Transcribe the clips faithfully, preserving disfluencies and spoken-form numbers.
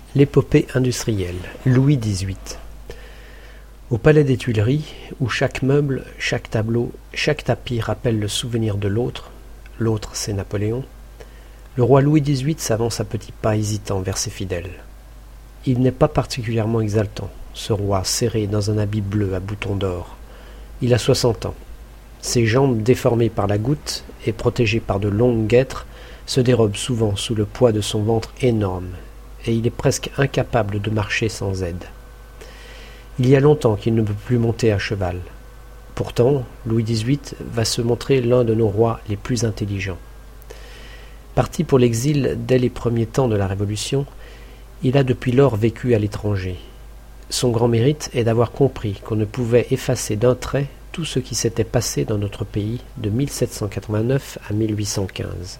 L'épopée industrielle, Louis dix-huit. Au palais des Tuileries, où chaque meuble, chaque tableau, chaque tapis rappelle le souvenir de l'autre, l'autre c'est Napoléon, le roi Louis dix-huit s'avance à petits pas hésitants vers ses fidèles. Il n'est pas particulièrement exaltant, ce roi serré dans un habit bleu à boutons d'or. Il a soixante ans. Ses jambes déformées par la goutte et protégées par de longues guêtres se dérobent souvent sous le poids de son ventre énorme, et il est presque incapable de marcher sans aide. Il y a longtemps qu'il ne peut plus monter à cheval. Pourtant, Louis dix-huit va se montrer l'un de nos rois les plus intelligents. Parti pour l'exil dès les premiers temps de la Révolution, il a depuis lors vécu à l'étranger. Son grand mérite est d'avoir compris qu'on ne pouvait effacer d'un trait tout ce qui s'était passé dans notre pays de mille sept cent quatre-vingt-neuf à mille huit cent quinze.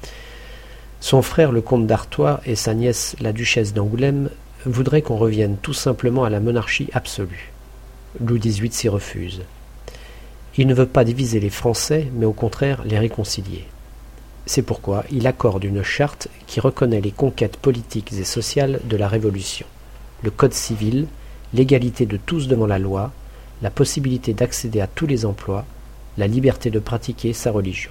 Son frère le comte d'Artois et sa nièce la duchesse d'Angoulême voudraient qu'on revienne tout simplement à la monarchie absolue. Louis dix-huit s'y refuse. Il ne veut pas diviser les Français, mais au contraire les réconcilier. C'est pourquoi il accorde une charte qui reconnaît les conquêtes politiques et sociales de la Révolution, le code civil, l'égalité de tous devant la loi, la possibilité d'accéder à tous les emplois, la liberté de pratiquer sa religion.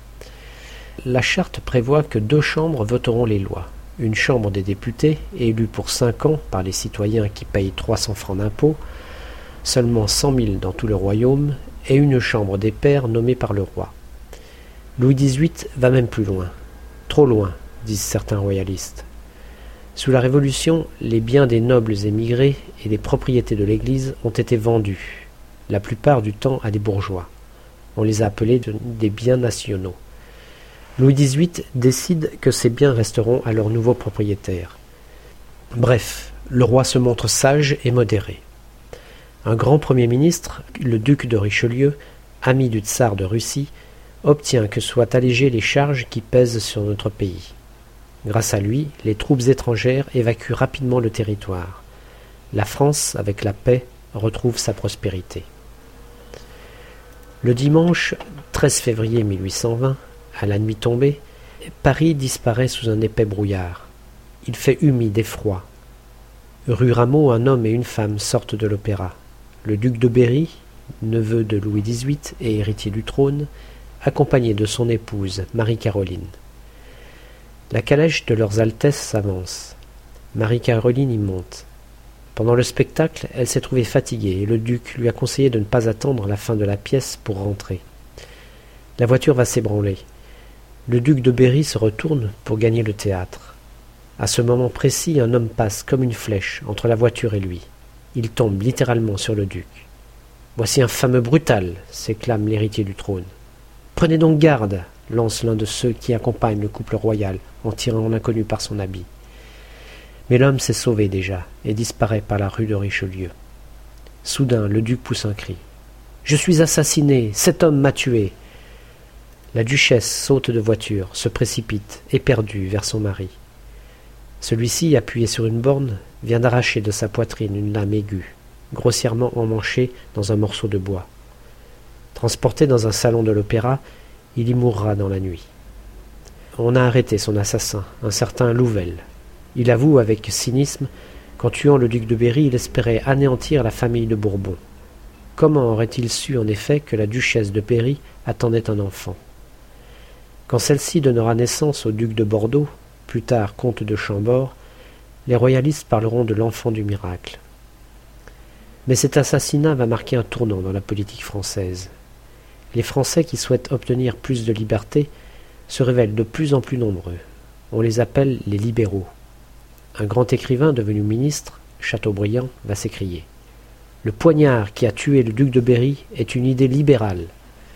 La charte prévoit que deux chambres voteront les lois. Une chambre des députés, élue pour cinq ans par les citoyens qui payent trois cents francs d'impôts, seulement cent mille dans tout le royaume, et une chambre des pairs nommée par le roi. Louis dix-huit va même plus loin. Trop loin, disent certains royalistes. Sous la Révolution, les biens des nobles émigrés et les propriétés de l'Église ont été vendus, la plupart du temps à des bourgeois. On les a appelés des biens nationaux. Louis dix-huit décide que ces biens resteront à leurs nouveaux propriétaires. Bref, le roi se montre sage et modéré. Un grand Premier ministre, le duc de Richelieu, ami du tsar de Russie, obtient que soient allégées les charges qui pèsent sur notre pays. Grâce à lui, les troupes étrangères évacuent rapidement le territoire. La France, avec la paix, retrouve sa prospérité. Le dimanche treize février mille huit cent vingt, à la nuit tombée, Paris disparaît sous un épais brouillard. Il fait humide et froid. Rue Rameau, un homme et une femme sortent de l'opéra. Le duc de Berry, neveu de Louis dix-huit et héritier du trône, accompagné de son épouse, Marie-Caroline. La calèche de leurs Altesses s'avance. Marie-Caroline y monte. Pendant le spectacle, elle s'est trouvée fatiguée et le duc lui a conseillé de ne pas attendre la fin de la pièce pour rentrer. La voiture va s'ébranler. Le duc de Berry se retourne pour gagner le théâtre. À ce moment précis, un homme passe comme une flèche entre la voiture et lui. Il tombe littéralement sur le duc. « Voici un fameux brutal !» s'éclame l'héritier du trône. « Prenez donc garde !» lance l'un de ceux qui accompagnent le couple royal en tirant l'inconnu par son habit. Mais l'homme s'est sauvé déjà et disparaît par la rue de Richelieu. Soudain, le duc pousse un cri. « Je suis assassiné ! Cet homme m'a tué !» La duchesse saute de voiture, se précipite, éperdue, vers son mari. Celui-ci, appuyé sur une borne, vient d'arracher de sa poitrine une lame aiguë, grossièrement emmanchée dans un morceau de bois. Transporté dans un salon de l'opéra, il y mourra dans la nuit. On a arrêté son assassin, un certain Louvel. Il avoue avec cynisme qu'en tuant le duc de Berry, il espérait anéantir la famille de Bourbon. Comment aurait-il su en effet que la duchesse de Berry attendait un enfant ? Quand celle-ci donnera naissance au duc de Bordeaux, plus tard comte de Chambord, les royalistes parleront de l'enfant du miracle. Mais cet assassinat va marquer un tournant dans la politique française. Les Français qui souhaitent obtenir plus de liberté se révèlent de plus en plus nombreux. On les appelle les libéraux. Un grand écrivain devenu ministre, Chateaubriand, va s'écrier « Le poignard qui a tué le duc de Berry est une idée libérale ».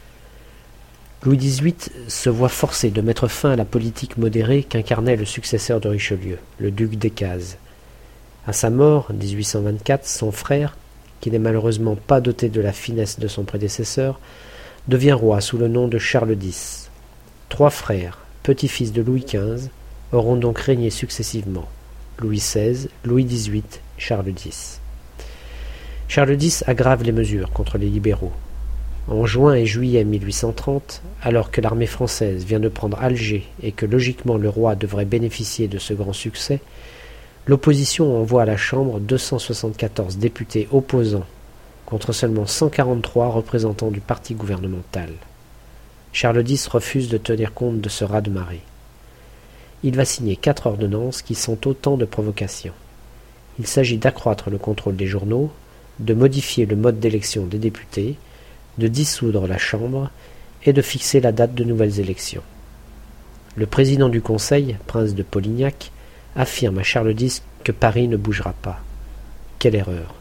Louis dix-huit se voit forcé de mettre fin à la politique modérée qu'incarnait le successeur de Richelieu, le duc d'Écaz. À sa mort, en dix-huit cent vingt-quatre, son frère, qui n'est malheureusement pas doté de la finesse de son prédécesseur, devient roi sous le nom de Charles dix. Trois frères, petits-fils de Louis quinze, auront donc régné successivement. Louis seize, Louis dix-huit, Charles dix. Charles dix aggrave les mesures contre les libéraux. En juin et juillet mille huit cent trente, alors que l'armée française vient de prendre Alger et que logiquement le roi devrait bénéficier de ce grand succès, L'opposition envoie à la Chambre deux cent soixante-quatorze députés opposants, contre seulement cent quarante-trois représentants du parti gouvernemental. Charles X refuse de tenir compte de ce raz-de-marée. Il va signer quatre ordonnances qui sont autant de provocations. Il s'agit d'accroître le contrôle des journaux, de modifier le mode d'élection des députés, de dissoudre la Chambre et de fixer la date de nouvelles élections. Le président du Conseil, prince de Polignac, affirme à Charles X que Paris ne bougera pas. Quelle erreur!